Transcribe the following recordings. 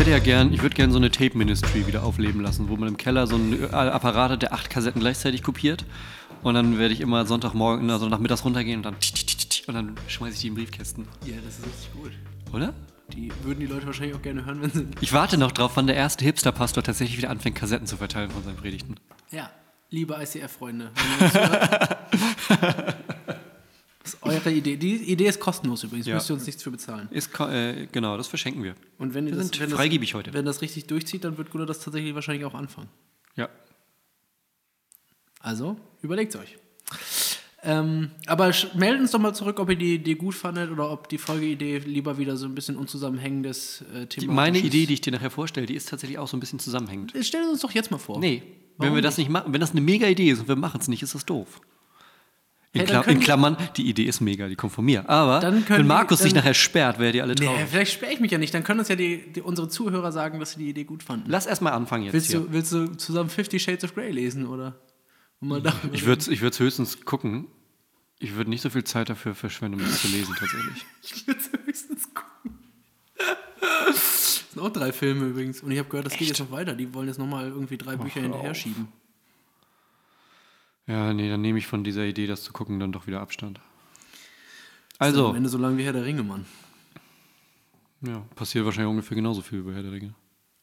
würde gern so eine Tape Ministry wieder aufleben lassen, wo man im Keller so einen Apparat hat, der 8 Kassetten gleichzeitig kopiert. Und dann werde ich immer Sonntagmorgen, also nachmittags runtergehen und dann schmeiße ich die in Briefkästen. Ja, das ist richtig gut. Oder? Die würden die Leute wahrscheinlich auch gerne hören, wenn sie... Ich warte noch drauf, wann der erste Hipster-Pastor tatsächlich wieder anfängt, Kassetten zu verteilen von seinen Predigten. Ja, liebe ICF-Freunde. Das ist eure Idee. Die Idee ist kostenlos übrigens, müsst ihr uns nichts für bezahlen. Genau, das verschenken wir. Und wenn wir sind freigebig heute. Wenn das richtig durchzieht, dann wird Gunnar das tatsächlich wahrscheinlich auch anfangen. Ja. Also, überlegt's euch. Aber meldet uns doch mal zurück, ob ihr die Idee gut fandet oder ob die Folgeidee lieber wieder so ein bisschen unzusammenhängendes Thema ist. Meine Idee, die ich dir nachher vorstelle, die ist tatsächlich auch so ein bisschen zusammenhängend. Stell uns doch jetzt mal vor. Nee, wenn wir das nicht machen, wenn das eine mega Idee ist und wir machen es nicht, ist das doof. In Klammern, die Idee ist mega, die kommt von mir. Aber wenn Markus sich nachher sperrt, werdet ihr alle traurig. Nee, vielleicht sperre ich mich ja nicht. Dann können uns ja unsere Zuhörer sagen, dass sie die Idee gut fanden. Lass erst mal anfangen jetzt. Willst du zusammen 50 Shades of Grey lesen, oder? Ich würde es höchstens gucken. Ich würde nicht so viel Zeit dafür verschwenden, um es zu lesen, tatsächlich. Ich würde es höchstens gucken. Das sind auch 3 Filme übrigens. Und ich habe gehört, das geht jetzt noch weiter. Die wollen jetzt nochmal irgendwie 3 Bücher hinterher schieben. Ja, nee, dann nehme ich von dieser Idee, das zu gucken, dann doch wieder Abstand. Also. Das ist am Ende so lang wie Herr der Ringe, Mann. Ja, passiert wahrscheinlich ungefähr genauso viel über Herr der Ringe.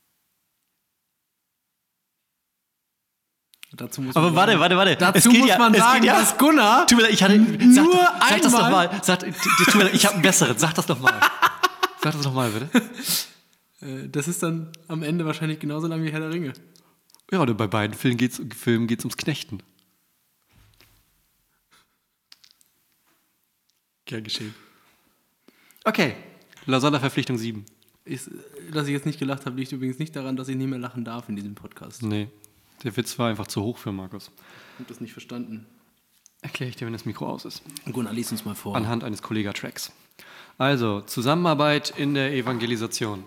Dazu muss aber man warte. Dazu muss man sagen, dass Gunnar tut mir leid, sag das doch mal. Ich habe einen besseren. Sag das doch mal. Sag das doch mal, bitte. Das ist dann am Ende wahrscheinlich genauso lang wie Herr der Ringe. Ja, oder bei beiden Filmen geht's ums Knechten. Gern geschehen. Okay, Sonderverpflichtung 7. Dass ich jetzt nicht gelacht habe, liegt übrigens nicht daran, dass ich nicht mehr lachen darf in diesem Podcast. Nee. Der Witz war einfach zu hoch für Markus. Ich habe das nicht verstanden. Erkläre ich dir, wenn das Mikro aus ist. Gunnar, lies uns mal vor. Anhand eines Kollega-Tracks. Also, Zusammenarbeit in der Evangelisation.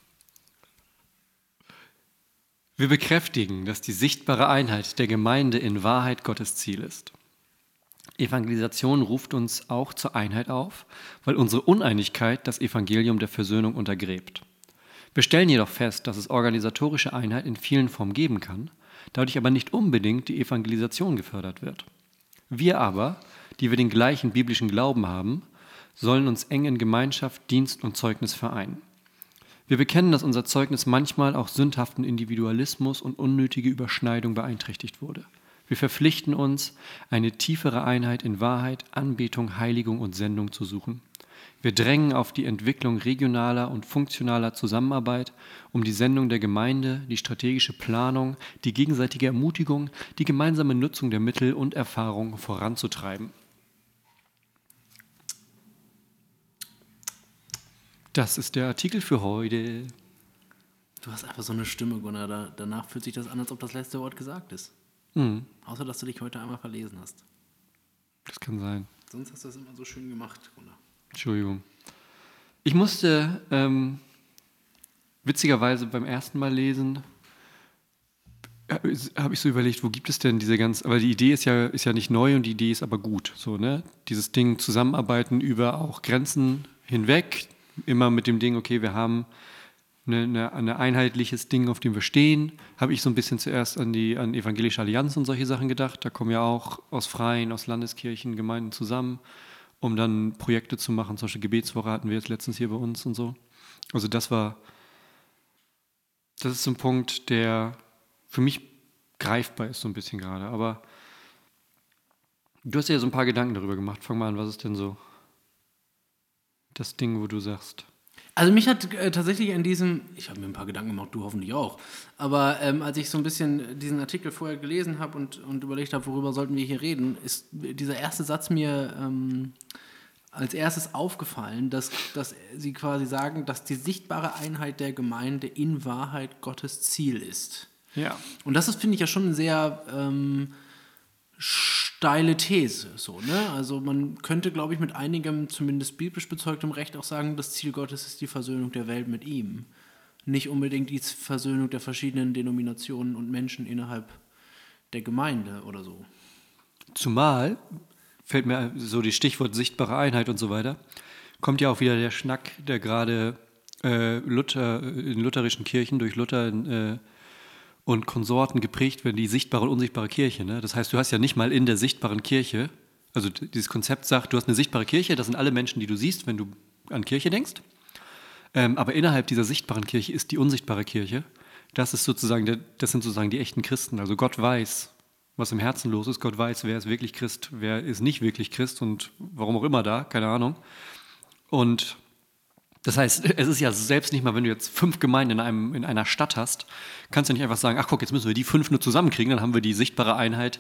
Wir bekräftigen, dass die sichtbare Einheit der Gemeinde in Wahrheit Gottes Ziel ist. Evangelisation ruft uns auch zur Einheit auf, weil unsere Uneinigkeit das Evangelium der Versöhnung untergräbt. Wir stellen jedoch fest, dass es organisatorische Einheit in vielen Formen geben kann, dadurch aber nicht unbedingt die Evangelisation gefördert wird. Wir aber, die wir den gleichen biblischen Glauben haben, sollen uns eng in Gemeinschaft, Dienst und Zeugnis vereinen. Wir bekennen, dass unser Zeugnis manchmal auch sündhaften Individualismus und unnötige Überschneidung beeinträchtigt wurde. Wir verpflichten uns, eine tiefere Einheit in Wahrheit, Anbetung, Heiligung und Sendung zu suchen. Wir drängen auf die Entwicklung regionaler und funktionaler Zusammenarbeit, um die Sendung der Gemeinde, die strategische Planung, die gegenseitige Ermutigung, die gemeinsame Nutzung der Mittel und Erfahrung voranzutreiben. Das ist der Artikel für heute. Du hast einfach so eine Stimme, Gunnar. Danach fühlt sich das an, als ob das letzte Wort gesagt ist. Mhm. Außer, dass du dich heute einmal verlesen hast. Das kann sein. Sonst hast du das immer so schön gemacht, Gunnar. Entschuldigung. Ich musste witzigerweise beim ersten Mal lesen, habe ich so überlegt, wo gibt es denn diese ganze, aber die Idee ist ja nicht neu und die Idee ist aber gut. So, ne? Dieses Ding Zusammenarbeiten über auch Grenzen hinweg, immer mit dem Ding, okay, wir haben ein einheitliches Ding, auf dem wir stehen. Habe ich so ein bisschen zuerst an Evangelische Allianz und solche Sachen gedacht. Da kommen ja auch aus Freien, aus Landeskirchen, Gemeinden zusammen, um dann Projekte zu machen. Zum Beispiel Gebetswoche hatten wir jetzt letztens hier bei uns und so. Also das ist so ein Punkt, der für mich greifbar ist so ein bisschen gerade. Aber du hast dir ja so ein paar Gedanken darüber gemacht. Fang mal an, was ist denn so das Ding, wo du sagst... Also mich hat tatsächlich ich habe mir ein paar Gedanken gemacht, du hoffentlich auch, aber als ich so ein bisschen diesen Artikel vorher gelesen habe und überlegt habe, worüber sollten wir hier reden, ist dieser erste Satz mir als erstes aufgefallen, dass sie quasi sagen, dass die sichtbare Einheit der Gemeinde in Wahrheit Gottes Ziel ist. Ja. Und das ist, finde ich, ja schon eine sehr steile These. So, ne? Also man könnte, glaube ich, mit einigem, zumindest biblisch bezeugtem Recht auch sagen, das Ziel Gottes ist die Versöhnung der Welt mit ihm. Nicht unbedingt die Versöhnung der verschiedenen Denominationen und Menschen innerhalb der Gemeinde oder so. Zumal, fällt mir so die Stichwort sichtbare Einheit und so weiter, kommt ja auch wieder der Schnack, der gerade in lutherischen Kirchen durch Luther und Konsorten geprägt werden, die sichtbare und unsichtbare Kirche. Ne? Das heißt, du hast ja nicht mal in der sichtbaren Kirche, also dieses Konzept sagt, du hast eine sichtbare Kirche, das sind alle Menschen, die du siehst, wenn du an Kirche denkst. Aber innerhalb dieser sichtbaren Kirche ist die unsichtbare Kirche. Das sind sozusagen die echten Christen. Also Gott weiß, was im Herzen los ist. Gott weiß, wer ist wirklich Christ, wer ist nicht wirklich Christ und warum auch immer da, keine Ahnung. Und das heißt, es ist ja selbst nicht mal, wenn du jetzt 5 Gemeinden in einer Stadt hast, kannst du nicht einfach sagen, ach guck, jetzt müssen wir die 5 nur zusammenkriegen, dann haben wir die sichtbare Einheit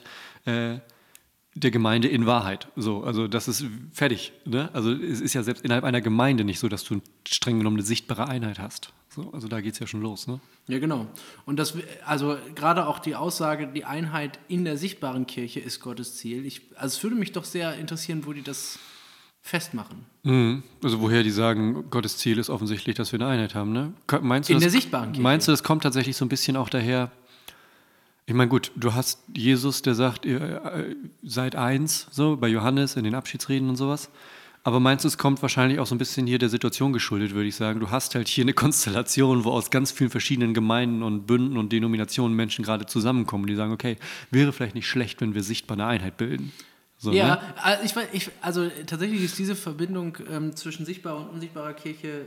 der Gemeinde in Wahrheit. So, also das ist fertig. Ne? Also es ist ja selbst innerhalb einer Gemeinde nicht so, dass du streng genommen eine sichtbare Einheit hast. So, also da geht es ja schon los. Ne? Ja, genau. Und also gerade auch die Aussage, die Einheit in der sichtbaren Kirche ist Gottes Ziel. Also es würde mich doch sehr interessieren, wo die das festmachen. Also woher die sagen, Gottes Ziel ist offensichtlich, dass wir eine Einheit haben. Ne? Meinst du, in der sichtbaren Kirche. Meinst du, das kommt tatsächlich so ein bisschen auch daher? Ich meine, gut, du hast Jesus, der sagt, ihr seid eins, so bei Johannes in den Abschiedsreden und sowas. Aber meinst du, es kommt wahrscheinlich auch so ein bisschen hier der Situation geschuldet, würde ich sagen. Du hast halt hier eine Konstellation, wo aus ganz vielen verschiedenen Gemeinden und Bünden und Denominationen Menschen gerade zusammenkommen, die sagen, okay, wäre vielleicht nicht schlecht, wenn wir sichtbar eine Einheit bilden. So, ja, ne? also tatsächlich ist diese Verbindung zwischen sichtbarer und unsichtbarer Kirche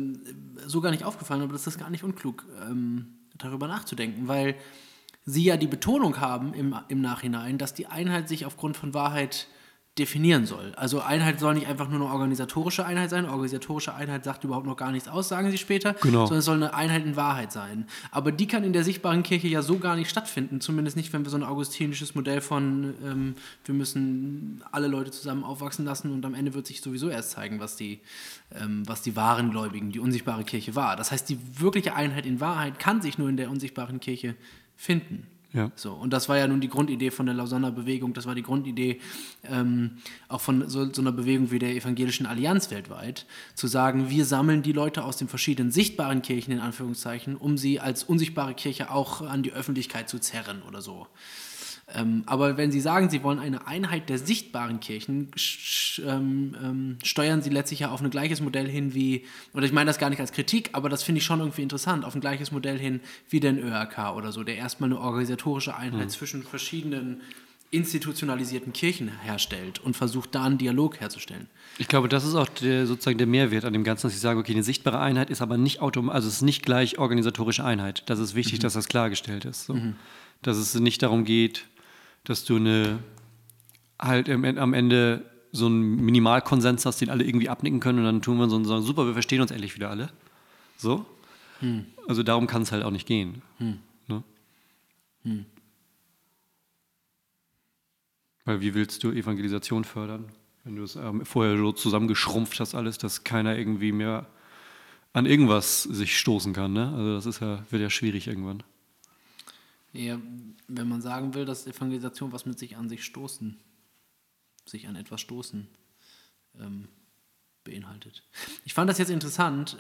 so gar nicht aufgefallen, aber das ist gar nicht unklug, darüber nachzudenken, weil sie ja die Betonung haben im Nachhinein, dass die Einheit sich aufgrund von Wahrheit definieren soll. Also Einheit soll nicht einfach nur eine organisatorische Einheit sein. Organisatorische Einheit sagt überhaupt noch gar nichts aus, sagen sie später, genau. Sondern es soll eine Einheit in Wahrheit sein. Aber die kann in der sichtbaren Kirche ja so gar nicht stattfinden, zumindest nicht, wenn wir so ein augustinisches Modell von wir müssen alle Leute zusammen aufwachsen lassen und am Ende wird sich sowieso erst zeigen, was die wahren Gläubigen, die unsichtbare Kirche war. Das heißt, die wirkliche Einheit in Wahrheit kann sich nur in der unsichtbaren Kirche finden. Ja. So, und das war ja nun die Grundidee von der Lausanner Bewegung, das war die Grundidee auch von so einer Bewegung wie der Evangelischen Allianz weltweit, zu sagen, wir sammeln die Leute aus den verschiedenen sichtbaren Kirchen, in Anführungszeichen, um sie als unsichtbare Kirche auch an die Öffentlichkeit zu zerren oder so. Aber wenn Sie sagen, Sie wollen eine Einheit der sichtbaren Kirchen, steuern Sie letztlich ja auf ein gleiches Modell hin wie, oder ich meine das gar nicht als Kritik, aber das finde ich schon irgendwie interessant, auf ein gleiches Modell hin wie den ÖRK oder so, der erstmal eine organisatorische Einheit zwischen verschiedenen institutionalisierten Kirchen herstellt und versucht, da einen Dialog herzustellen. Ich glaube, das ist auch sozusagen der Mehrwert an dem Ganzen, dass ich sage, okay, eine sichtbare Einheit ist aber nicht also es ist nicht gleich organisatorische Einheit. Das ist wichtig, dass das klargestellt ist. So. Dass es nicht darum geht, dass du am Ende so einen Minimalkonsens hast, den alle irgendwie abnicken können und dann tun wir so und sagen, super, wir verstehen uns endlich wieder alle. So. Also darum kann es halt auch nicht gehen. Ne? Weil wie willst du Evangelisation fördern, wenn du es vorher so zusammengeschrumpft hast alles, dass keiner irgendwie mehr an irgendwas sich stoßen kann. Ne? Also das wird ja schwierig irgendwann. Ja, wenn man sagen will, dass Evangelisation was mit sich an etwas stoßen beinhaltet. Ich fand das jetzt interessant,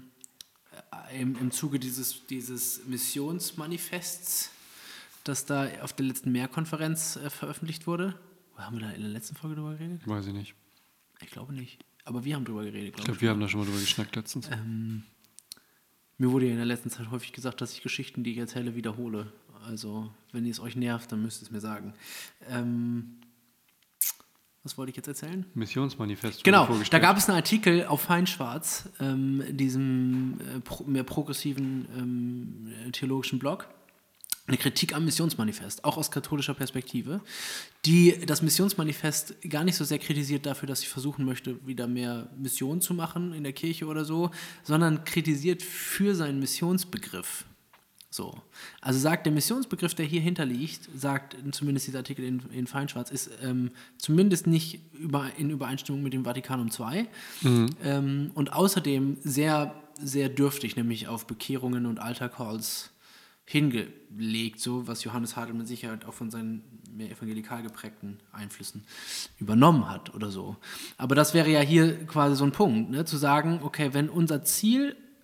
im Zuge dieses Missionsmanifests, das da auf der letzten Mehrkonferenz veröffentlicht wurde. Haben wir da in der letzten Folge drüber geredet? Weiß ich nicht. Ich glaube nicht. Aber wir haben drüber geredet, glaube ich. Ich glaube, wir haben da schon mal drüber geschnackt letztens. Mir wurde ja in der letzten Zeit häufig gesagt, dass ich Geschichten, die ich erzähle, wiederhole. Also, wenn es euch nervt, dann müsst ihr es mir sagen. Was wollte ich jetzt erzählen? Missionsmanifest. Genau, da gab es einen Artikel auf Feinschwarz, diesem mehr progressiven theologischen Blog, eine Kritik am Missionsmanifest, auch aus katholischer Perspektive, die das Missionsmanifest gar nicht so sehr kritisiert dafür, dass ich versuchen möchte, wieder mehr Mission zu machen in der Kirche oder so, sondern kritisiert für seinen Missionsbegriff. So. Also sagt, der Missionsbegriff, der hier hinterliegt, sagt zumindest dieser Artikel in Feinschwarz, ist zumindest nicht in Übereinstimmung mit dem Vatikanum II und außerdem sehr, sehr dürftig, nämlich auf Bekehrungen und Altarcalls hingelegt, so was Johannes Hartl mit Sicherheit auch von seinen mehr evangelikal geprägten Einflüssen übernommen hat oder so. Aber das wäre ja hier quasi so ein Punkt, ne? Zu sagen, okay, wenn unser Ziel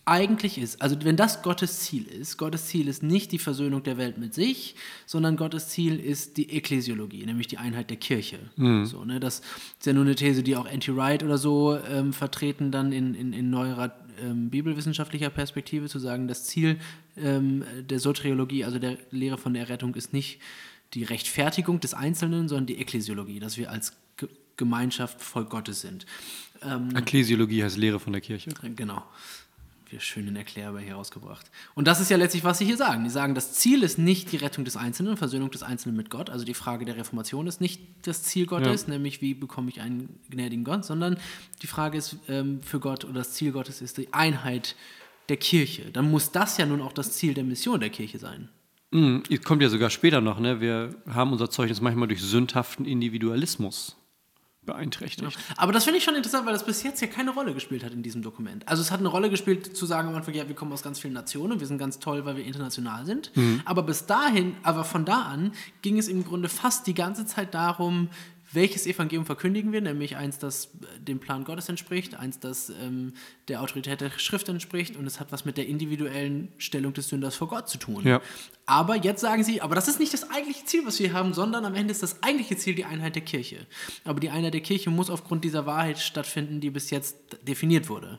eigentlich ist, also wenn das Gottes Ziel ist nicht die Versöhnung der Welt mit sich, sondern Gottes Ziel ist die Ekklesiologie, nämlich die Einheit der Kirche. So, ne, das ist ja nur eine These, die auch N.T. Wright oder so vertreten dann in neuerer bibelwissenschaftlicher Perspektive, zu sagen, das Ziel der Soteriologie, also der Lehre von der Errettung, ist nicht die Rechtfertigung des Einzelnen, sondern die Ekklesiologie, dass wir als Gemeinschaft Volk Gottes sind. Ekklesiologie heißt Lehre von der Kirche. Genau. Wir schön in Erklärbar hier rausgebracht. Und das ist ja letztlich, was sie hier sagen. Die sagen, das Ziel ist nicht die Rettung des Einzelnen, Versöhnung des Einzelnen mit Gott. Also die Frage der Reformation ist nicht das Ziel Gottes, nämlich wie bekomme ich einen gnädigen Gott, sondern die Frage ist für Gott oder das Ziel Gottes ist die Einheit der Kirche. Dann muss das ja nun auch das Ziel der Mission der Kirche sein. Kommt ja sogar später noch, ne? Wir haben unser Zeugnis manchmal durch sündhaften Individualismus beeinträchtigt. Ja. Aber das finde ich schon interessant, weil das bis jetzt ja keine Rolle gespielt hat in diesem Dokument. Also es hat eine Rolle gespielt, zu sagen am Anfang, ja, wir kommen aus ganz vielen Nationen, wir sind ganz toll, weil wir international sind. Aber von da an ging es im Grunde fast die ganze Zeit darum, welches Evangelium verkündigen wir, nämlich eins, das dem Plan Gottes entspricht, eins, das der Autorität der Schrift entspricht, und es hat was mit der individuellen Stellung des Sünders vor Gott zu tun. Ja. Aber jetzt sagen sie, aber das ist nicht das eigentliche Ziel, was wir haben, sondern am Ende ist das eigentliche Ziel die Einheit der Kirche. Aber die Einheit der Kirche muss aufgrund dieser Wahrheit stattfinden, die bis jetzt definiert wurde.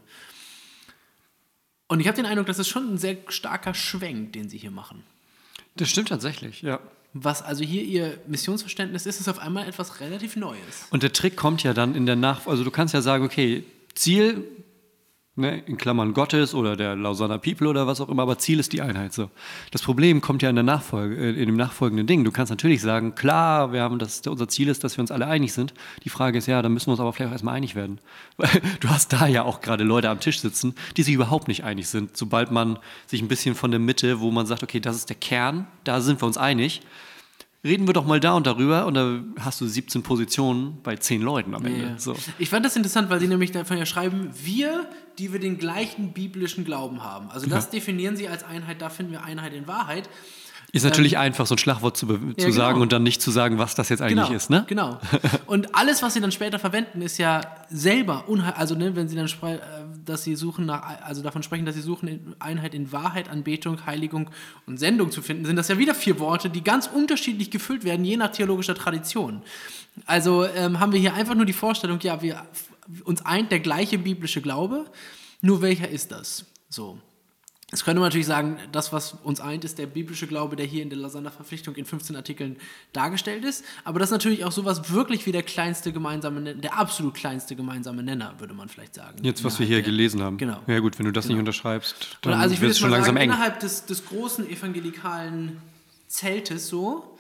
Und ich habe den Eindruck, das ist schon ein sehr starker Schwenk, den sie hier machen. Das stimmt tatsächlich, ja. Was also hier ihr Missionsverständnis ist auf einmal etwas relativ Neues. Und der Trick kommt ja dann in der also du kannst ja sagen, okay, Ziel, ne, in Klammern Gottes oder der Lausanner People oder was auch immer, aber Ziel ist die Einheit. So. Das Problem kommt ja in der in dem nachfolgenden Ding. Du kannst natürlich sagen, klar, unser Ziel ist, dass wir uns alle einig sind. Die Frage ist, ja, dann müssen wir uns aber vielleicht auch erstmal einig werden. Weil du hast da ja auch gerade Leute am Tisch sitzen, die sich überhaupt nicht einig sind. Sobald man sich ein bisschen von der Mitte, wo man sagt, okay, das ist der Kern, da sind wir uns einig, reden wir doch mal da und darüber, und da hast du 17 Positionen bei 10 Leuten am Ende. Ja. So. Ich fand das interessant, weil sie nämlich davon ja schreiben, wir, die wir den gleichen biblischen Glauben haben. Also das definieren sie als Einheit, da finden wir Einheit in Wahrheit. Ist natürlich einfach, so ein Schlagwort zu sagen und dann nicht zu sagen, was das jetzt eigentlich ist, ne? Genau. Und alles, was sie dann später verwenden, ist ja selber also ne, wenn sie dann dass sie suchen davon sprechen, dass sie suchen, Einheit in Wahrheit, Anbetung, Heiligung und Sendung zu finden, sind das ja wieder 4 Worte, die ganz unterschiedlich gefüllt werden, je nach theologischer Tradition. Also haben wir hier einfach nur die Vorstellung, ja, uns eint der gleiche biblische Glaube, nur welcher ist das? So. Jetzt könnte man natürlich sagen, das, was uns eint, ist der biblische Glaube, der hier in der Lausanner Verpflichtung in 15 Artikeln dargestellt ist. Aber das ist natürlich auch sowas wirklich wie der absolut kleinste gemeinsame Nenner, würde man vielleicht sagen. Jetzt, was wir hier gelesen haben. Genau. Ja gut, wenn du das nicht unterschreibst, dann also ich wird will es schon langsam eng. Innerhalb des großen evangelikalen Zeltes so,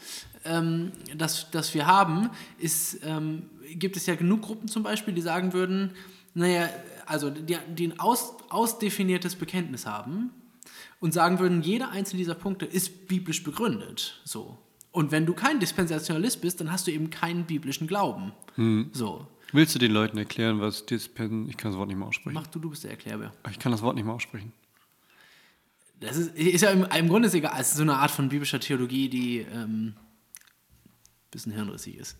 das wir haben, gibt es ja genug Gruppen zum Beispiel, die sagen würden, naja, also die ein ausdefiniertes Bekenntnis haben und sagen würden, jeder einzelne dieser Punkte ist biblisch begründet. So. Und wenn du kein Dispensationalist bist, dann hast du eben keinen biblischen Glauben. So. Willst du den Leuten erklären, was ich kann das Wort nicht mehr aussprechen. Mach du bist der Erklärbär. Ich kann das Wort nicht mehr aussprechen. Das ist ja im Grunde ist egal. Es ist so eine Art von biblischer Theologie, die ein bisschen hirnrissig ist.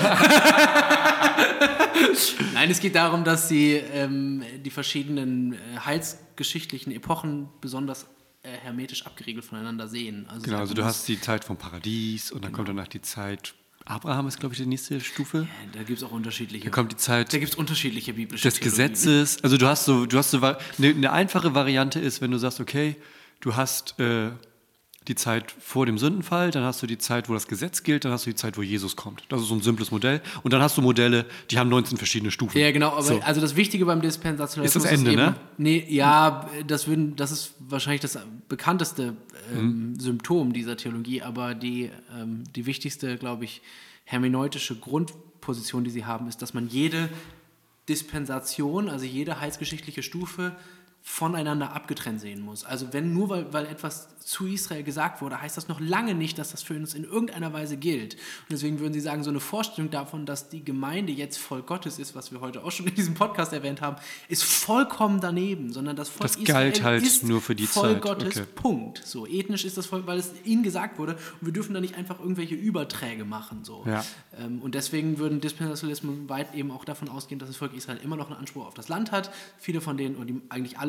Nein, es geht darum, dass sie die verschiedenen heilsgeschichtlichen Epochen besonders hermetisch abgeriegelt voneinander sehen. Also genau, also du hast die Zeit vom Paradies und dann kommt danach die Zeit, Abraham ist, glaube ich, die nächste Stufe. Ja, da gibt es auch unterschiedliche. Da kommt die Zeit da gibt es unterschiedliche biblische des Theologien. Gesetzes. Also du hast so eine einfache Variante ist, wenn du sagst, okay, du hast die Zeit vor dem Sündenfall, dann hast du die Zeit, wo das Gesetz gilt, dann hast du die Zeit, wo Jesus kommt. Das ist so ein simples Modell. Und dann hast du Modelle, die haben 19 verschiedene Stufen. Ja, genau, aber also das Wichtige beim Dispensationalismus ist das Ende, eben, ne? Nee, ja, das ist wahrscheinlich das bekannteste Symptom dieser Theologie, aber die wichtigste, glaube ich, hermeneutische Grundposition, die sie haben, ist, dass man jede Dispensation, also jede heilsgeschichtliche Stufe voneinander abgetrennt sehen muss. Also weil etwas zu Israel gesagt wurde, heißt das noch lange nicht, dass das für uns in irgendeiner Weise gilt. Und deswegen würden sie sagen, so eine Vorstellung davon, dass die Gemeinde jetzt Volk Gottes ist, was wir heute auch schon in diesem Podcast erwähnt haben, ist vollkommen daneben, sondern das Volk Israel galt halt ist nur für die Volk Zeit. Gottes, okay. Punkt. So, ethnisch ist das Volk, weil es ihnen gesagt wurde, und wir dürfen da nicht einfach irgendwelche Überträge machen. So. Ja. Und deswegen würden Dispensationalismen weit eben auch davon ausgehen, dass das Volk Israel immer noch einen Anspruch auf das Land hat. Viele von denen, und eigentlich alle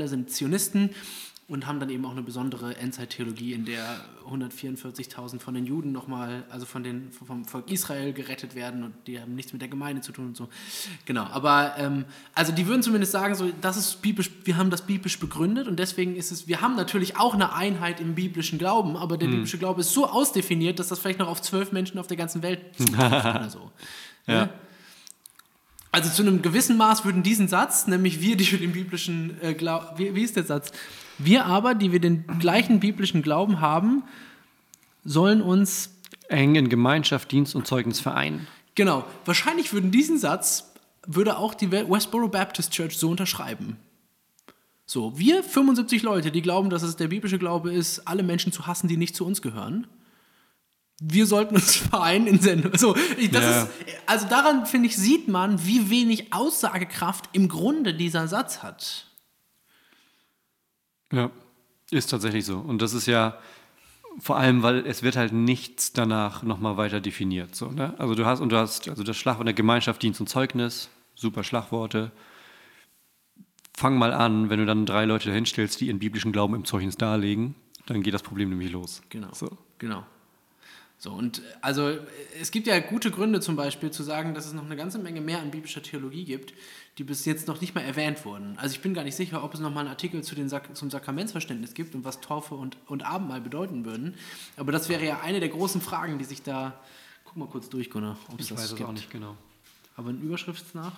Teil sind Zionisten und haben dann eben auch eine besondere Endzeittheologie, in der 144.000 von den Juden nochmal, also vom Volk Israel gerettet werden und die haben nichts mit der Gemeinde zu tun und so. Genau, aber also die würden zumindest sagen, so, das ist biblisch, wir haben das biblisch begründet und deswegen ist es, wir haben natürlich auch eine Einheit im biblischen Glauben, aber der biblische Glaube ist so ausdefiniert, dass das vielleicht noch auf 12 Menschen auf der ganzen Welt zutrifft oder so. Ja. Also zu einem gewissen Maß würden diesen Satz, nämlich wir, die wir den biblischen Glauben, wie ist der Satz? Wir aber, die wir den gleichen biblischen Glauben haben, sollen uns eng in Gemeinschaft, Dienst und Zeugnis vereinen. Genau. Wahrscheinlich würde auch die Westboro Baptist Church so unterschreiben. So, wir 75 Leute, die glauben, dass es der biblische Glaube ist, alle Menschen zu hassen, die nicht zu uns gehören. Wir sollten uns vereinen in Sendung. Also daran, finde ich, sieht man, wie wenig Aussagekraft im Grunde dieser Satz hat. Ja, ist tatsächlich so. Und das ist ja vor allem, weil es wird halt nichts danach nochmal weiter definiert. So, ne? Also du hast also das Schlagwort der Gemeinschaft, Dienst und Zeugnis, super Schlagworte. Fang mal an, wenn du dann 3 Leute dahinstellst, die ihren biblischen Glauben im Zeugnis darlegen, dann geht das Problem nämlich los. Genau. So, und also es gibt ja gute Gründe zum Beispiel zu sagen, dass es noch eine ganze Menge mehr an biblischer Theologie gibt, die bis jetzt noch nicht mal erwähnt wurden. Also ich bin gar nicht sicher, ob es nochmal einen Artikel zum Sakramentsverständnis gibt und was Taufe und Abendmahl bedeuten würden. Aber das wäre ja eine der großen Fragen, die sich da... Guck mal kurz durch, Gunnar, ob es das gibt. Ich weiß es auch nicht genau. Aber in Überschrift nach?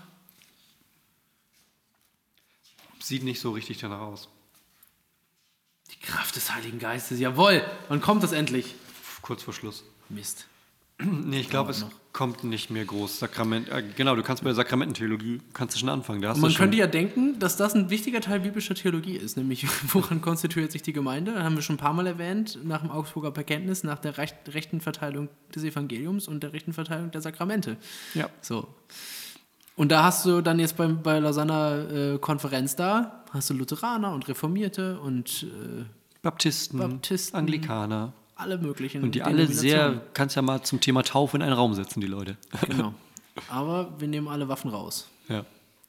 Sieht nicht so richtig danach aus. Die Kraft des Heiligen Geistes, jawohl! Wann kommt das endlich? Kurz vor Schluss. Mist. Nee, ich glaube, es kommt nicht mehr groß. Sakrament, genau, du kannst bei der Sakramententheologie schon anfangen. Und man könnte ja denken, dass das ein wichtiger Teil biblischer Theologie ist, nämlich woran konstituiert sich die Gemeinde? Das haben wir schon ein paar Mal erwähnt, nach dem Augsburger Bekenntnis, nach der rechten Verteilung des Evangeliums und der rechten Verteilung der Sakramente. Ja. So. Und da hast du dann jetzt bei Lausanner Konferenz hast du Lutheraner und Reformierte und Baptisten, Anglikaner. Alle möglichen. Und die alle kannst ja mal zum Thema Taufe in einen Raum setzen, die Leute. Genau. Aber wir nehmen alle Waffen raus. Ja.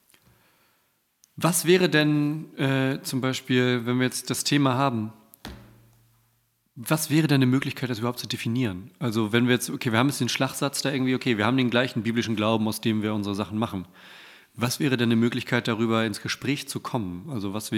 Was wäre denn zum Beispiel, wenn wir jetzt das Thema haben, was wäre denn eine Möglichkeit, das überhaupt zu definieren? Also wenn wir jetzt, wir haben jetzt den Schlagsatz da irgendwie, wir haben den gleichen biblischen Glauben, aus dem wir unsere Sachen machen. Was wäre denn eine Möglichkeit, darüber ins Gespräch zu kommen? Also was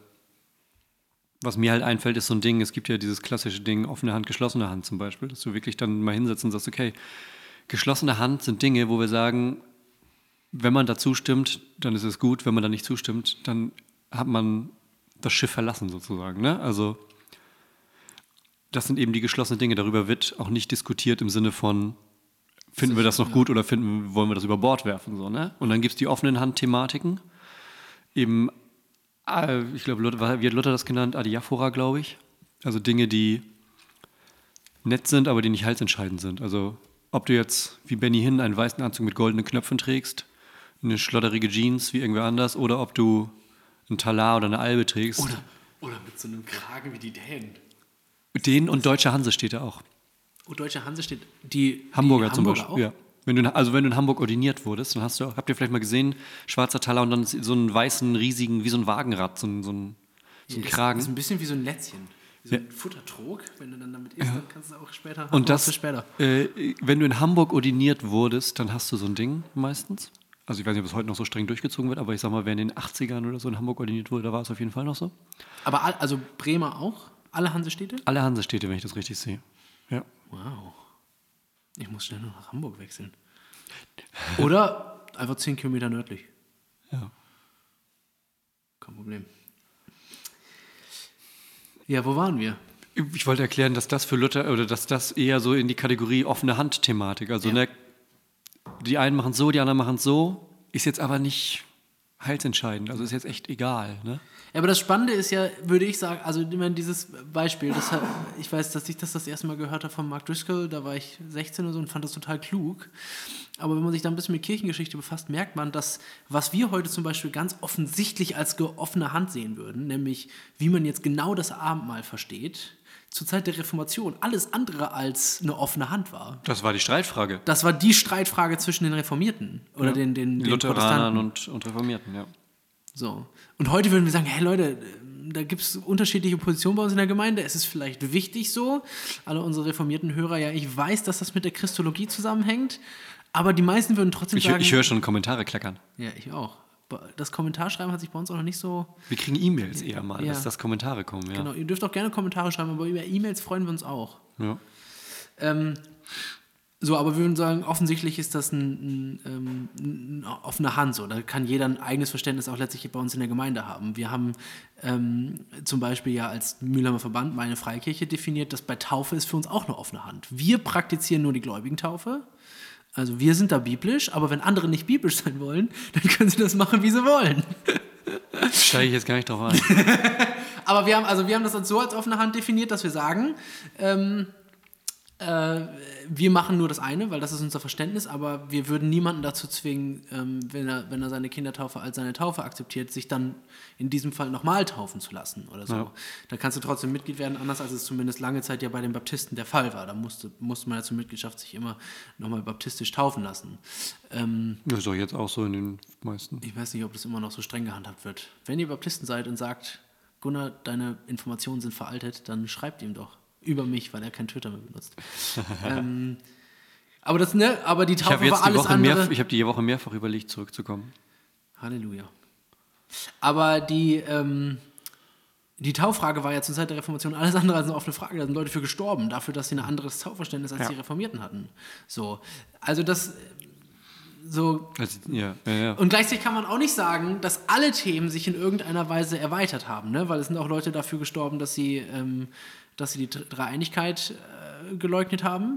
mir halt einfällt, ist so ein Ding, es gibt ja dieses klassische Ding, offene Hand, geschlossene Hand zum Beispiel, dass du wirklich dann mal hinsetzt und sagst, okay, geschlossene Hand sind Dinge, wo wir sagen, wenn man da zustimmt, dann ist es gut, wenn man da nicht zustimmt, dann hat man das Schiff verlassen sozusagen. Ne? Also das sind eben die geschlossenen Dinge, darüber wird auch nicht diskutiert im Sinne von, finden wir das noch gut oder wollen wir das über Bord werfen? So, ne? Und dann gibt es die offenen Hand-Thematiken, eben ich glaube, wie hat Luther das genannt? Adiaphora, glaube ich. Also Dinge, die nett sind, aber die nicht heilsentscheidend sind. Also ob du jetzt wie Benny Hinn einen weißen Anzug mit goldenen Knöpfen trägst, eine schlotterige Jeans wie irgendwer anders, oder ob du einen Talar oder eine Albe trägst. Oder mit so einem Kragen wie die Dänen. Den und Deutsche Hanse steht da auch. Oh, Deutsche Hanse steht... Hamburger zum Beispiel, auch? Ja. Wenn du in Hamburg ordiniert wurdest, dann habt ihr vielleicht mal gesehen, schwarzer Talar und dann so einen weißen, riesigen, wie so ein Wagenrad, so ein Kragen. Das ist ein bisschen wie so ein Lätzchen, wie so ein Futtertrog. Wenn du dann damit isst, dann kannst du auch später... Und wenn du in Hamburg ordiniert wurdest, dann hast du so ein Ding meistens. Also ich weiß nicht, ob es heute noch so streng durchgezogen wird, aber ich sag mal, wer in den 80ern oder so in Hamburg ordiniert wurde, da war es auf jeden Fall noch so. Aber also Bremer auch? Alle Hansestädte? Alle Hansestädte, wenn ich das richtig sehe. Ja. Wow. Ich muss schnell noch nach Hamburg wechseln. Oder einfach 10 Kilometer nördlich. Ja. Kein Problem. Ja, wo waren wir? Ich wollte erklären, dass das für Luther, oder dass das eher so in die Kategorie offene Hand-Thematik, also die einen machen so, die anderen machen so, ist jetzt aber nicht heilsentscheidend, also ist jetzt echt egal. Ne? Ja, aber das Spannende ist ja, würde ich sagen, also dieses Beispiel, ich weiß, dass ich das erste Mal gehört habe von Mark Driscoll, da war ich 16 oder so und fand das total klug. Aber wenn man sich da ein bisschen mit Kirchengeschichte befasst, merkt man, dass was wir heute zum Beispiel ganz offensichtlich als offene Hand sehen würden, nämlich wie man jetzt genau das Abendmahl versteht, zur Zeit der Reformation alles andere als eine offene Hand war. Das war die Streitfrage. Das war die Streitfrage zwischen den Reformierten oder den Lutheranern und Reformierten, ja. So. Und heute würden wir sagen, hey Leute, da gibt es unterschiedliche Positionen bei uns in der Gemeinde. Es ist vielleicht wichtig so. Alle unsere reformierten Hörer, ja, ich weiß, dass das mit der Christologie zusammenhängt. Aber die meisten würden trotzdem sagen... Ich höre schon Kommentare klackern. Ja, ich auch. Das Kommentarschreiben hat sich bei uns auch noch nicht so... Wir kriegen E-Mails eher mal, dass Kommentare kommen. Ja. Genau, ihr dürft auch gerne Kommentare schreiben, aber über E-Mails freuen wir uns auch. Ja. So, aber wir würden sagen, offensichtlich ist das eine offene Hand. So. Da kann jeder ein eigenes Verständnis auch letztlich bei uns in der Gemeinde haben. Wir haben zum Beispiel ja als Mühlheimer Verband meine Freikirche definiert, dass bei Taufe ist für uns auch eine offene Hand. Wir praktizieren nur die Gläubigentaufe. Also wir sind da biblisch, aber wenn andere nicht biblisch sein wollen, dann können sie das machen, wie sie wollen. Steige ich jetzt gar nicht drauf ein. Aber wir haben das so als offene Hand definiert, dass wir sagen, wir machen nur das eine, weil das ist unser Verständnis, aber wir würden niemanden dazu zwingen, wenn er seine Kindertaufe als seine Taufe akzeptiert, sich dann in diesem Fall nochmal taufen zu lassen oder so. Ja. Da kannst du trotzdem Mitglied werden, anders als es zumindest lange Zeit ja bei den Baptisten der Fall war. Da musste man ja zur Mitgliedschaft sich immer nochmal baptistisch taufen lassen. Das ist doch jetzt auch so in den meisten. Ich weiß nicht, ob das immer noch so streng gehandhabt wird. Wenn ihr Baptisten seid und sagt, Gunnar, deine Informationen sind veraltet, dann schreibt ihm doch. Über mich, weil er kein Twitter mehr benutzt. Aber die Taufe war alles andere. Ich habe die Woche mehrfach überlegt, zurückzukommen. Halleluja. Aber die Tauffrage war ja zur Zeit der Reformation alles andere als eine offene Frage. Da sind Leute für gestorben, dafür, dass sie ein anderes Taufverständnis als die Reformierten hatten. So. Also das... So. Und gleichzeitig kann man auch nicht sagen, dass alle Themen sich in irgendeiner Weise erweitert haben, ne? Weil es sind auch Leute dafür gestorben, dass sie die Dreieinigkeit geleugnet haben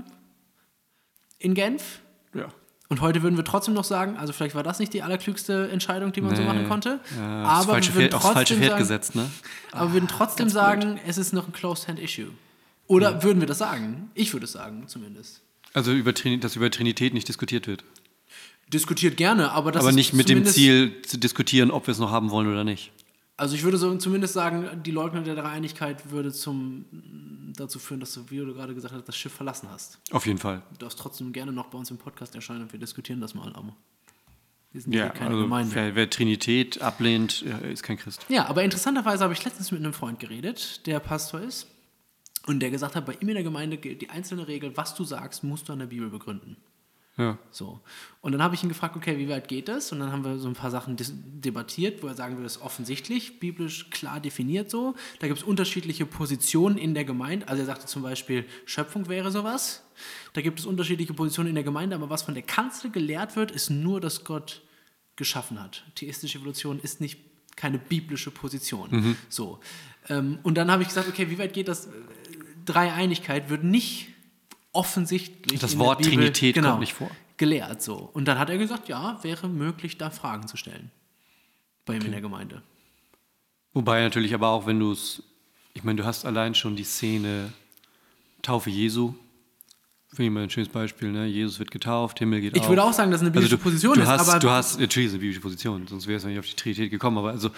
in Genf. Ja. Und heute würden wir trotzdem noch sagen, also vielleicht war das nicht die allerklügste Entscheidung, die man so machen konnte. Ja, aber aufs falsche Pferd gesetzt, ne? Aber wir würden trotzdem sagen, es ist noch ein Closed-Hand-Issue. Oder würden wir das sagen? Ich würde es sagen, zumindest. Also dass über Trinität nicht diskutiert wird. Diskutiert gerne, aber das aber ist nicht mit dem Ziel zu diskutieren, ob wir es noch haben wollen oder nicht. Also ich würde so zumindest sagen, die Leugnung der Dreieinigkeit würde dazu führen, dass du, wie du gerade gesagt hast, das Schiff verlassen hast. Auf jeden Fall. Du darfst trotzdem gerne noch bei uns im Podcast erscheinen und wir diskutieren das mal. Aber wir sind ja, keine Gemeinde. Wer Trinität ablehnt, ist kein Christ. Ja, aber interessanterweise habe ich letztens mit einem Freund geredet, der Pastor ist, und der gesagt hat, bei ihm in der Gemeinde gilt die einzelne Regel, was du sagst, musst du an der Bibel begründen. Ja. So. Und dann habe ich ihn gefragt, okay, wie weit geht das? Und dann haben wir so ein paar Sachen debattiert, wo er sagen würde, das ist offensichtlich, biblisch klar definiert so. Da gibt es unterschiedliche Positionen in der Gemeinde. Also er sagte zum Beispiel, Schöpfung wäre sowas. Da gibt es unterschiedliche Positionen in der Gemeinde, aber was von der Kanzel gelehrt wird, ist nur, dass Gott geschaffen hat. Theistische Evolution ist keine biblische Position. Mhm. So. Und dann habe ich gesagt, okay, wie weit geht das? Dreieinigkeit wird nicht offensichtlich das Wort Bibel, Trinität kommt nicht vor. Gelehrt so. Und dann hat er gesagt, ja, wäre möglich, da Fragen zu stellen. Bei ihm in der Gemeinde. Wobei natürlich aber auch, wenn du hast allein schon die Szene Taufe Jesu. Finde ich mal ein schönes Beispiel, ne? Jesus wird getauft, Himmel geht auf. Ich würde auch sagen, dass es eine biblische Position ist. Natürlich ist eine biblische Position, sonst wäre es ja nicht auf die Trinität gekommen. Aber also,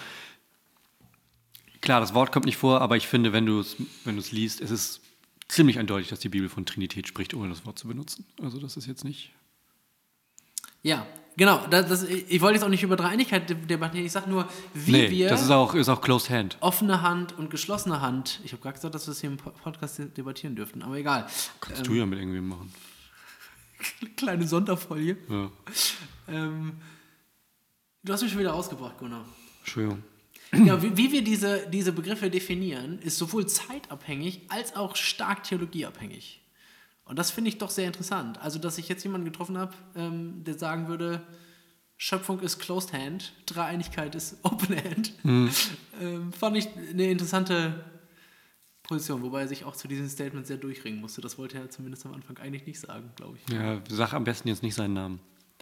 klar, das Wort kommt nicht vor, aber ich finde, wenn du es liest, es ist ziemlich eindeutig, dass die Bibel von Trinität spricht, ohne das Wort zu benutzen. Also das ist jetzt nicht... Ja, genau. Ich wollte jetzt auch nicht über Dreieinigkeit debattieren. Ich sage nur, wie wir... das ist auch closed hand. Offene Hand und geschlossene Hand. Ich habe gerade gesagt, dass wir das hier im Podcast debattieren dürften, aber egal. Kannst du ja mit irgendwem machen. Kleine Sonderfolie. Ja. Du hast mich schon wieder ausgebracht, Gunnar. Entschuldigung. Ja, wie wir diese Begriffe definieren, ist sowohl zeitabhängig als auch stark theologieabhängig. Und das finde ich doch sehr interessant. Also, dass ich jetzt jemanden getroffen habe, der sagen würde, Schöpfung ist Closed Hand, Dreieinigkeit ist Open Hand, fand ich eine interessante Position, wobei er sich auch zu diesem Statement sehr durchringen musste. Das wollte er zumindest am Anfang eigentlich nicht sagen, glaube ich. Ja, sag am besten jetzt nicht seinen Namen.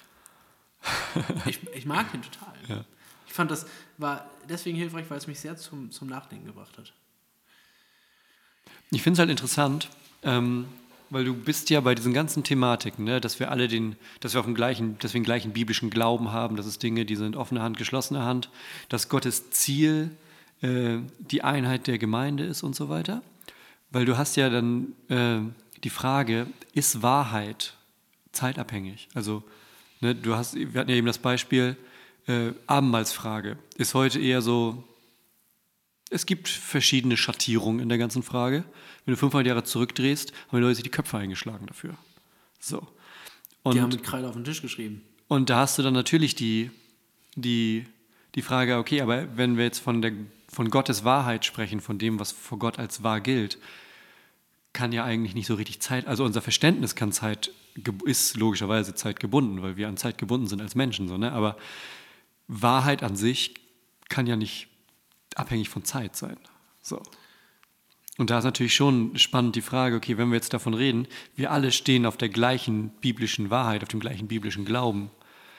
Ich mag ihn total. Ja. Ich fand, das war deswegen hilfreich, weil es mich sehr zum Nachdenken gebracht hat. Ich finde es halt interessant, weil du bist ja bei diesen ganzen Thematiken, ne, dass wir alle den gleichen biblischen Glauben haben, dass es Dinge, die sind offene Hand, geschlossene Hand, dass Gottes Ziel die Einheit der Gemeinde ist und so weiter. Weil du hast ja dann die Frage, ist Wahrheit zeitabhängig? Also, ne, wir hatten ja eben das Beispiel, Abendmahlsfrage ist heute eher so, es gibt verschiedene Schattierungen in der ganzen Frage. Wenn du 500 Jahre zurückdrehst, haben die Leute sich die Köpfe eingeschlagen dafür. So. Die haben mit Kreide auf den Tisch geschrieben. Und da hast du dann natürlich die Frage, okay, aber wenn wir jetzt von Gottes Wahrheit sprechen, von dem, was vor Gott als wahr gilt, kann ja eigentlich nicht so richtig also unser Verständnis ist logischerweise zeitgebunden, weil wir an Zeit gebunden sind als Menschen, so, ne? Aber Wahrheit an sich kann ja nicht abhängig von Zeit sein. So. Und da ist natürlich schon spannend die Frage, okay, wenn wir jetzt davon reden, wir alle stehen auf der gleichen biblischen Wahrheit, auf dem gleichen biblischen Glauben,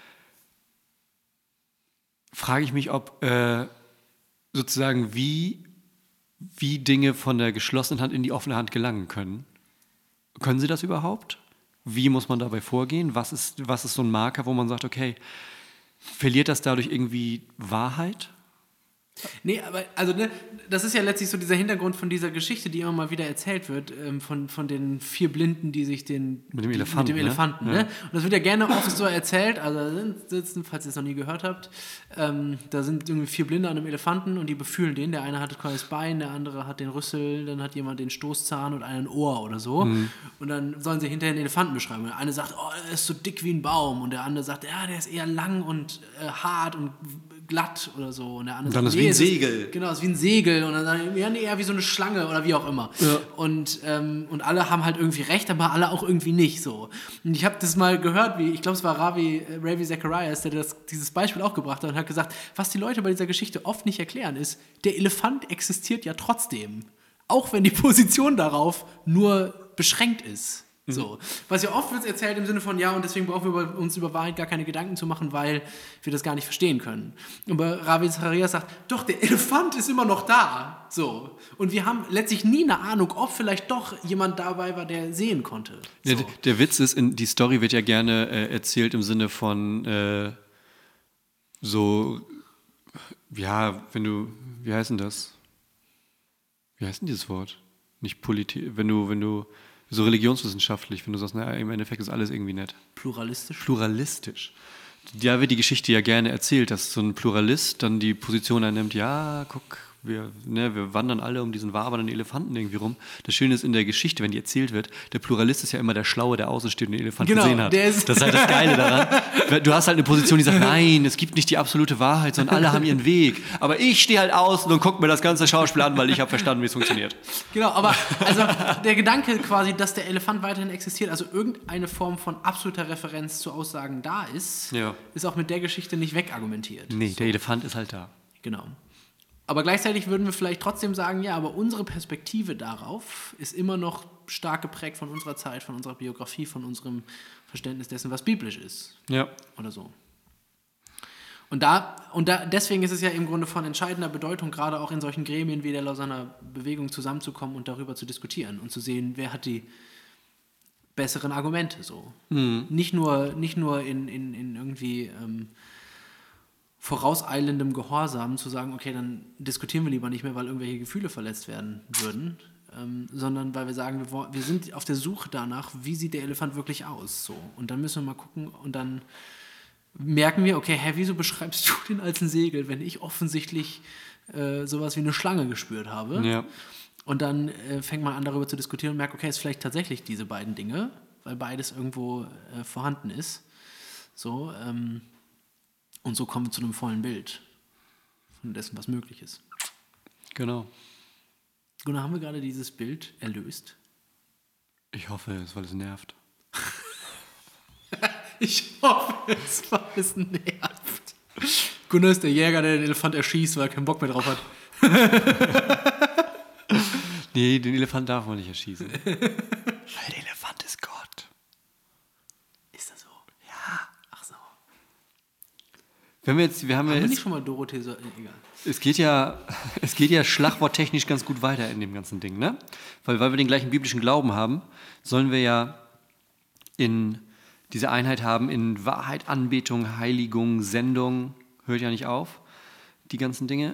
frage ich mich, ob sozusagen wie Dinge von der geschlossenen Hand in die offene Hand gelangen können. Können sie das überhaupt? Wie muss man dabei vorgehen? Was ist so ein Marker, wo man sagt, okay, verliert das dadurch irgendwie Wahrheit? Nee, aber also ne, das ist ja letztlich so dieser Hintergrund von dieser Geschichte, die immer mal wieder erzählt wird, von den 4 Blinden, die sich mit dem Elefanten, ne? Und das wird ja gerne oft so erzählt, also da sitzen, falls ihr es noch nie gehört habt, da sind irgendwie 4 Blinde an einem Elefanten und die befühlen den. Der eine hat das Bein, der andere hat den Rüssel, dann hat jemand den Stoßzahn und einen Ohr oder so. Und dann sollen sie hinterher den Elefanten beschreiben. Und der eine sagt, oh, er ist so dick wie ein Baum. Und der andere sagt, ja, der ist eher lang und hart und glatt oder so. Und der andere sagt, wie ein Segel. Genau, es ist wie ein Segel. Und dann sagen die, ja, nee, eher wie so eine Schlange oder wie auch immer. Ja. Und alle haben halt irgendwie recht, aber alle auch irgendwie nicht so. Und ich habe das mal gehört, ich glaube, es war Ravi Zacharias, der dieses Beispiel auch gebracht hat und hat gesagt, was die Leute bei dieser Geschichte oft nicht erklären ist, der Elefant existiert ja trotzdem. Auch wenn die Position darauf nur beschränkt ist. So. Was ja oft wird erzählt im Sinne von, ja, und deswegen brauchen wir uns über Wahrheit gar keine Gedanken zu machen, weil wir das gar nicht verstehen können. Aber Ravi Zacharias sagt, doch, der Elefant ist immer noch da. So. Und wir haben letztlich nie eine Ahnung, ob vielleicht doch jemand dabei war, der sehen konnte. So. Der Witz ist, die Story wird ja gerne erzählt im Sinne von wie heißt denn das? Wie heißt denn dieses Wort? Nicht Politik, wenn du so religionswissenschaftlich, wenn du sagst, naja, im Endeffekt ist alles irgendwie nett. Pluralistisch. Da wird die Geschichte ja gerne erzählt, dass so ein Pluralist dann die Position einnimmt, ja, guck, wir wandern alle um diesen wabernden Elefanten irgendwie rum. Das Schöne ist in der Geschichte, wenn die erzählt wird, der Pluralist ist ja immer der Schlaue, der außen steht und den Elefanten gesehen hat. Das ist halt das Geile daran. Du hast halt eine Position, die sagt, nein, es gibt nicht die absolute Wahrheit, sondern alle haben ihren Weg. Aber ich stehe halt außen und gucke mir das ganze Schauspiel an, weil ich habe verstanden, wie es funktioniert. Genau, aber also der Gedanke quasi, dass der Elefant weiterhin existiert, also irgendeine Form von absoluter Referenz zu Aussagen da ist, ist auch mit der Geschichte nicht wegargumentiert. Nee, der Elefant ist halt da. Genau. Aber gleichzeitig würden wir vielleicht trotzdem sagen, ja, aber unsere Perspektive darauf ist immer noch stark geprägt von unserer Zeit, von unserer Biografie, von unserem Verständnis dessen, was biblisch ist. Ja. Oder so. Und deswegen ist es ja im Grunde von entscheidender Bedeutung, gerade auch in solchen Gremien wie der Lausanner Bewegung zusammenzukommen und darüber zu diskutieren und zu sehen, wer hat die besseren Argumente so. Nicht nur in irgendwie vorauseilendem Gehorsam zu sagen, okay, dann diskutieren wir lieber nicht mehr, weil irgendwelche Gefühle verletzt werden würden, sondern weil wir sagen, wir sind auf der Suche danach, wie sieht der Elefant wirklich aus. So. Und dann müssen wir mal gucken und dann merken wir, okay, wieso beschreibst du den als ein Segel, wenn ich offensichtlich sowas wie eine Schlange gespürt habe? Ja. Und dann fängt man an, darüber zu diskutieren und merkt, okay, es ist vielleicht tatsächlich diese beiden Dinge, weil beides irgendwo vorhanden ist. So, und so kommen wir zu einem vollen Bild von dessen, was möglich ist. Genau. Und dann haben wir gerade dieses Bild erlöst. Ich hoffe es, weil es nervt. Ich hoffe es, weil es nervt. Gunnar ist der Jäger, der den Elefant erschießt, weil er keinen Bock mehr drauf hat. Nee, den Elefant darf man nicht erschießen. Weil der Elefant ist Gott. Ist das so? Ja. Ach so. Wir haben wir nicht schon mal Dorothee so, egal. Es geht ja schlagworttechnisch ganz gut weiter in dem ganzen Ding, ne? Weil wir den gleichen biblischen Glauben haben, sollen wir ja in diese Einheit haben in Wahrheit, Anbetung, Heiligung, Sendung, hört ja nicht auf, die ganzen Dinge.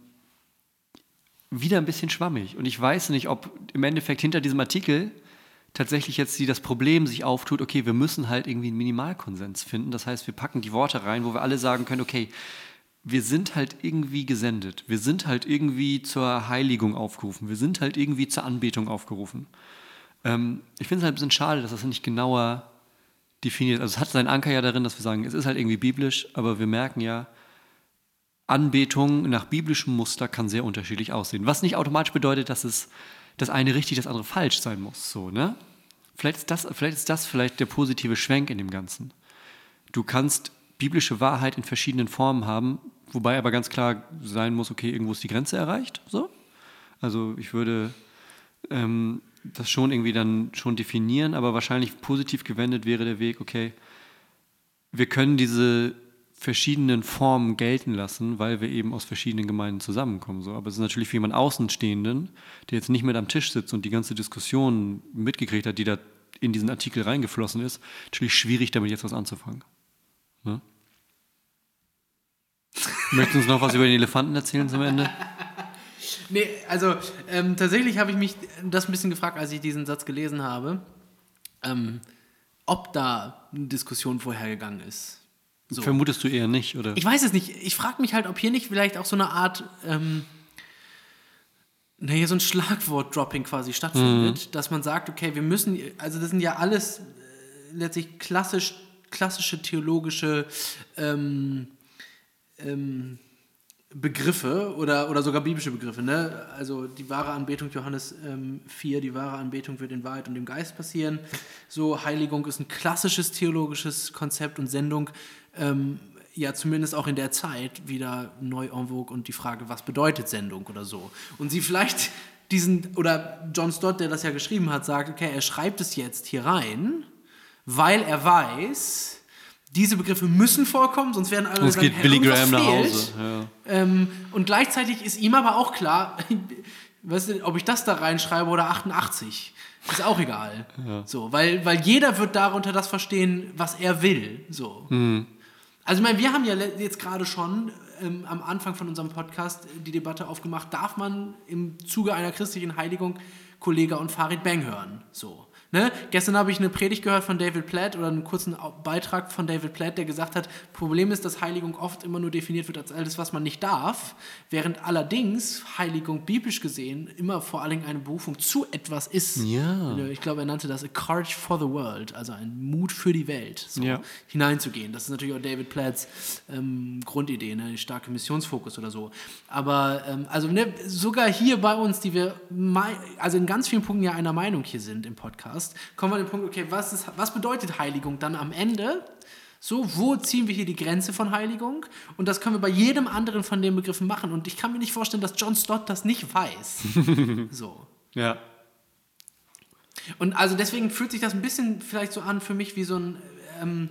Wieder ein bisschen schwammig. Und ich weiß nicht, ob im Endeffekt hinter diesem Artikel tatsächlich jetzt das Problem sich auftut, okay, wir müssen halt irgendwie einen Minimalkonsens finden. Das heißt, wir packen die Worte rein, wo wir alle sagen können, okay, wir sind halt irgendwie gesendet. Wir sind halt irgendwie zur Heiligung aufgerufen. Wir sind halt irgendwie zur Anbetung aufgerufen. Ich finde es halt ein bisschen schade, dass das nicht genauer definiert. Also es hat seinen Anker ja darin, dass wir sagen, es ist halt irgendwie biblisch, aber wir merken ja, Anbetung nach biblischem Muster kann sehr unterschiedlich aussehen. Was nicht automatisch bedeutet, dass es das eine richtig, das andere falsch sein muss. So, ne? Vielleicht ist das der positive Schwenk in dem Ganzen. Du kannst biblische Wahrheit in verschiedenen Formen haben, wobei aber ganz klar sein muss, okay, irgendwo ist die Grenze erreicht. So. Also ich würde das schon irgendwie dann schon definieren, aber wahrscheinlich positiv gewendet wäre der Weg, okay, wir können diese verschiedenen Formen gelten lassen, weil wir eben aus verschiedenen Gemeinden zusammenkommen. So. Aber es ist natürlich für jemanden Außenstehenden, der jetzt nicht mit am Tisch sitzt und die ganze Diskussion mitgekriegt hat, die da in diesen Artikel reingeflossen ist, natürlich schwierig, damit jetzt was anzufangen. Ne? Möchten Sie uns noch was über den Elefanten erzählen zum Ende? Nee, also tatsächlich habe ich mich das ein bisschen gefragt, als ich diesen Satz gelesen habe, ob da eine Diskussion vorhergegangen ist. So. Vermutest du eher nicht, oder? Ich weiß es nicht. Ich frage mich halt, ob hier nicht vielleicht auch so eine Art, so ein Schlagwort-Dropping quasi stattfindet, dass man sagt, okay, wir müssen, also das sind ja alles letztlich klassische theologische Begriffe oder sogar biblische Begriffe, ne? Also die wahre Anbetung, Johannes 4, die wahre Anbetung wird in Wahrheit und im Geist passieren. So, Heiligung ist ein klassisches theologisches Konzept und Sendung, ja zumindest auch in der Zeit wieder neu en vogue und die Frage, was bedeutet Sendung oder so. Und sie vielleicht oder John Stott, der das ja geschrieben hat, sagt, okay, er schreibt es jetzt hier rein, weil er weiß, diese Begriffe müssen vorkommen, sonst werden alle sonst geht Billy Graham nach Hause. Ja. Und gleichzeitig ist ihm aber auch klar, weißt du, ob ich das da reinschreibe oder 88, ist auch egal. Ja. So, weil jeder wird darunter das verstehen, was er will. So. Mhm. Also ich meine, wir haben ja jetzt gerade schon am Anfang von unserem Podcast die Debatte aufgemacht, darf man im Zuge einer christlichen Heiligung Kollega und Farid Bang hören? So. Ne? Gestern habe ich eine Predigt gehört von David Platt oder einen kurzen Beitrag von David Platt, der gesagt hat, Problem ist, dass Heiligung oft immer nur definiert wird als alles, was man nicht darf, während allerdings Heiligung biblisch gesehen immer vor allen Dingen eine Berufung zu etwas ist. Ja. Ich glaube, er nannte das a courage for the world, also ein Mut für die Welt, so hineinzugehen. Das ist natürlich auch David Platts Grundidee, ne? Ein starker Missionsfokus oder so. Aber sogar hier bei uns, die wir also in ganz vielen Punkten ja einer Meinung hier sind im Podcast, kommen wir an den Punkt, okay, was bedeutet Heiligung dann am Ende? So, wo ziehen wir hier die Grenze von Heiligung? Und das können wir bei jedem anderen von den Begriffen machen. Und ich kann mir nicht vorstellen, dass John Stott das nicht weiß. So. Ja. Und also deswegen fühlt sich das ein bisschen vielleicht so an für mich wie so ein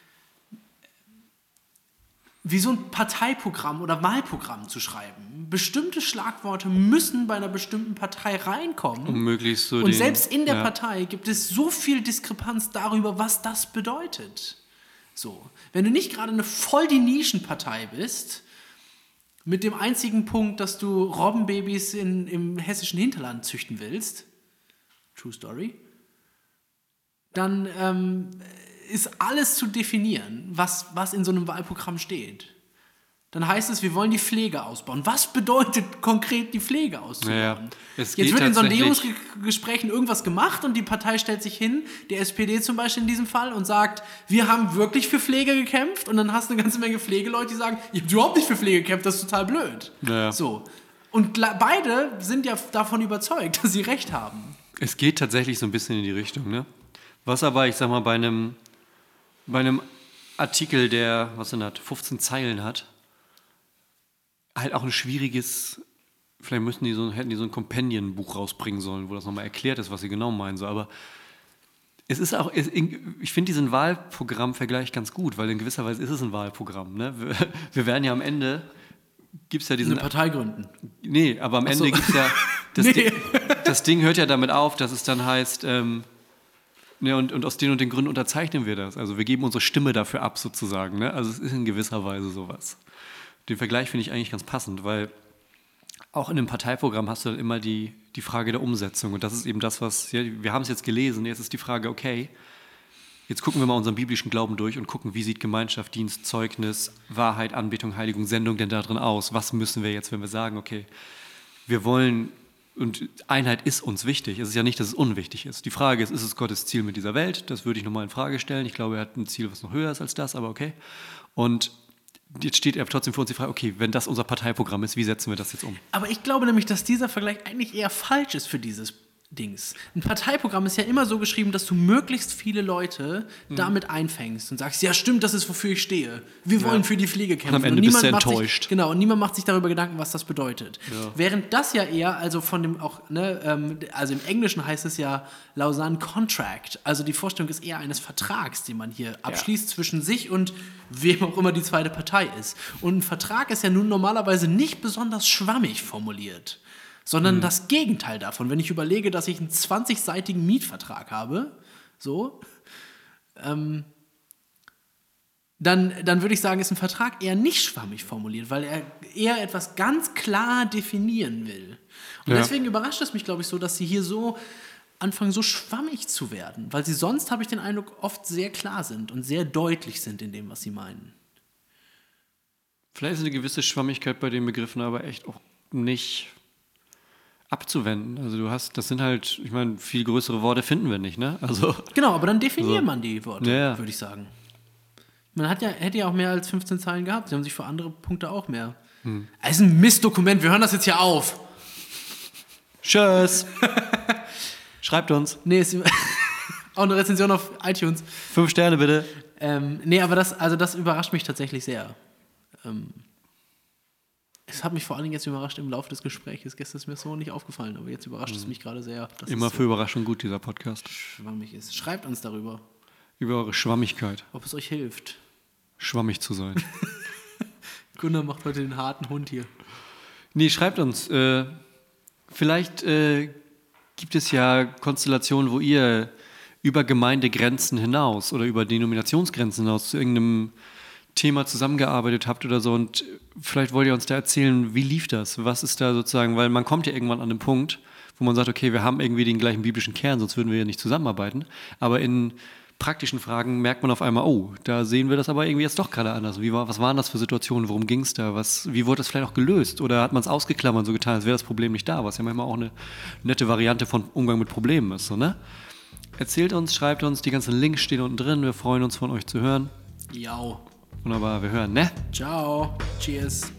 Parteiprogramm oder Wahlprogramm zu schreiben. Bestimmte Schlagworte müssen bei einer bestimmten Partei reinkommen. Um möglichst so und selbst in der Partei gibt es so viel Diskrepanz darüber, was das bedeutet. So. Wenn du nicht gerade eine voll die Nischenpartei bist, mit dem einzigen Punkt, dass du Robbenbabys im hessischen Hinterland züchten willst, True Story, dann ist alles zu definieren, was in so einem Wahlprogramm steht. Dann heißt es, wir wollen die Pflege ausbauen. Was bedeutet konkret die Pflege auszubauen? Ja, jetzt wird in Sondierungsgesprächen irgendwas gemacht und die Partei stellt sich hin, die SPD zum Beispiel in diesem Fall, und sagt, wir haben wirklich für Pflege gekämpft, und dann hast du eine ganze Menge Pflegeleute, die sagen, ich habe überhaupt nicht für Pflege gekämpft, das ist total blöd. Ja. So. Und beide sind ja davon überzeugt, dass sie recht haben. Es geht tatsächlich so ein bisschen in die Richtung, ne? Was aber, ich sag mal, bei einem Artikel, der, 15 Zeilen hat, halt auch ein schwieriges, vielleicht hätten die so ein Companion-Buch rausbringen sollen, wo das nochmal erklärt ist, was sie genau meinen. So. Aber es ist auch, ich finde diesen Wahlprogramm-Vergleich ganz gut, weil in gewisser Weise ist es ein Wahlprogramm. Ne? Wir werden ja am Ende, gibt es ja diesen... Eine Partei gründen. Nee, aber am Ende gibt es ja... Das Ding hört ja damit auf, dass es dann heißt... und aus den und den Gründen unterzeichnen wir das. Also wir geben unsere Stimme dafür ab, sozusagen. Ne? Also es ist in gewisser Weise sowas. Den Vergleich finde ich eigentlich ganz passend, weil auch in einem Parteiprogramm hast du dann immer die Frage der Umsetzung. Und das ist eben das, wir haben es jetzt gelesen, jetzt ist die Frage, okay, jetzt gucken wir mal unseren biblischen Glauben durch und gucken, wie sieht Gemeinschaft, Dienst, Zeugnis, Wahrheit, Anbetung, Heiligung, Sendung denn da drin aus? Was müssen wir jetzt, wenn wir sagen, okay, wir wollen, und Einheit ist uns wichtig. Es ist ja nicht, dass es unwichtig ist. Die Frage ist es Gottes Ziel mit dieser Welt? Das würde ich nochmal in Frage stellen. Ich glaube, er hat ein Ziel, was noch höher ist als das, aber okay. Und jetzt steht er trotzdem vor uns die Frage, okay, wenn das unser Parteiprogramm ist, wie setzen wir das jetzt um? Aber ich glaube nämlich, dass dieser Vergleich eigentlich eher falsch ist für dieses Dings. Ein Parteiprogramm ist ja immer so geschrieben, dass du möglichst viele Leute damit einfängst und sagst, ja stimmt, das ist, wofür ich stehe. Wir wollen für die Pflege kämpfen. Und am Ende bist du enttäuscht. Und niemand macht sich darüber Gedanken, was das bedeutet. Ja. Während das ja eher, also von dem auch, also im Englischen heißt es ja Lausanne Contract. Also die Vorstellung ist eher eines Vertrags, den man hier abschließt zwischen sich und wem auch immer die zweite Partei ist. Und ein Vertrag ist ja nun normalerweise nicht besonders schwammig formuliert, sondern das Gegenteil davon. Wenn ich überlege, dass ich einen 20-seitigen Mietvertrag habe, so, dann würde ich sagen, ist ein Vertrag eher nicht schwammig formuliert, weil er eher etwas ganz klar definieren will. Und deswegen überrascht es mich, glaube ich, so, dass sie hier so anfangen, so schwammig zu werden, weil sie sonst, habe ich den Eindruck, oft sehr klar sind und sehr deutlich sind in dem, was sie meinen. Vielleicht ist eine gewisse Schwammigkeit bei den Begriffen aber echt auch nicht abzuwenden. Also das sind halt, ich meine, viel größere Worte finden wir nicht, ne? Also, genau, aber dann definiert man die Worte, würde ich sagen. Man hätte ja auch mehr als 15 Zeilen gehabt. Sie haben sich für andere Punkte auch mehr. Es ist ein Mistdokument, wir hören das jetzt hier auf. Tschüss. Schreibt uns. Nee, ist auch eine Rezension auf iTunes. 5 Sterne bitte. Nee, aber das überrascht mich tatsächlich sehr. Es hat mich vor allen Dingen jetzt überrascht im Laufe des Gesprächs. Gestern ist mir so nicht aufgefallen, aber jetzt überrascht es mich gerade sehr. Dass Immer es für Überraschung gut, dieser Podcast. schwammig ist. Schreibt uns darüber. Über eure Schwammigkeit. Ob es euch hilft. Schwammig zu sein. Gunnar macht heute den harten Hund hier. Nee, schreibt uns. Vielleicht gibt es ja Konstellationen, wo ihr über Gemeindegrenzen hinaus oder über Denominationsgrenzen hinaus zu irgendeinem Thema zusammengearbeitet habt oder so, und vielleicht wollt ihr uns da erzählen, wie lief das? Was ist da sozusagen, weil man kommt ja irgendwann an den Punkt, wo man sagt, okay, wir haben irgendwie den gleichen biblischen Kern, sonst würden wir ja nicht zusammenarbeiten, aber in praktischen Fragen merkt man auf einmal, oh, da sehen wir das aber irgendwie jetzt doch gerade anders. Was waren das für Situationen, worum ging es da? Wie wurde das vielleicht auch gelöst? Oder hat man es ausgeklammert und so getan, als wäre das Problem nicht da, was ja manchmal auch eine nette Variante von Umgang mit Problemen ist, so, ne? Erzählt uns, schreibt uns, die ganzen Links stehen unten drin, wir freuen uns von euch zu hören. Ja. Wunderbar, wir hören, ne? Ciao. Cheers.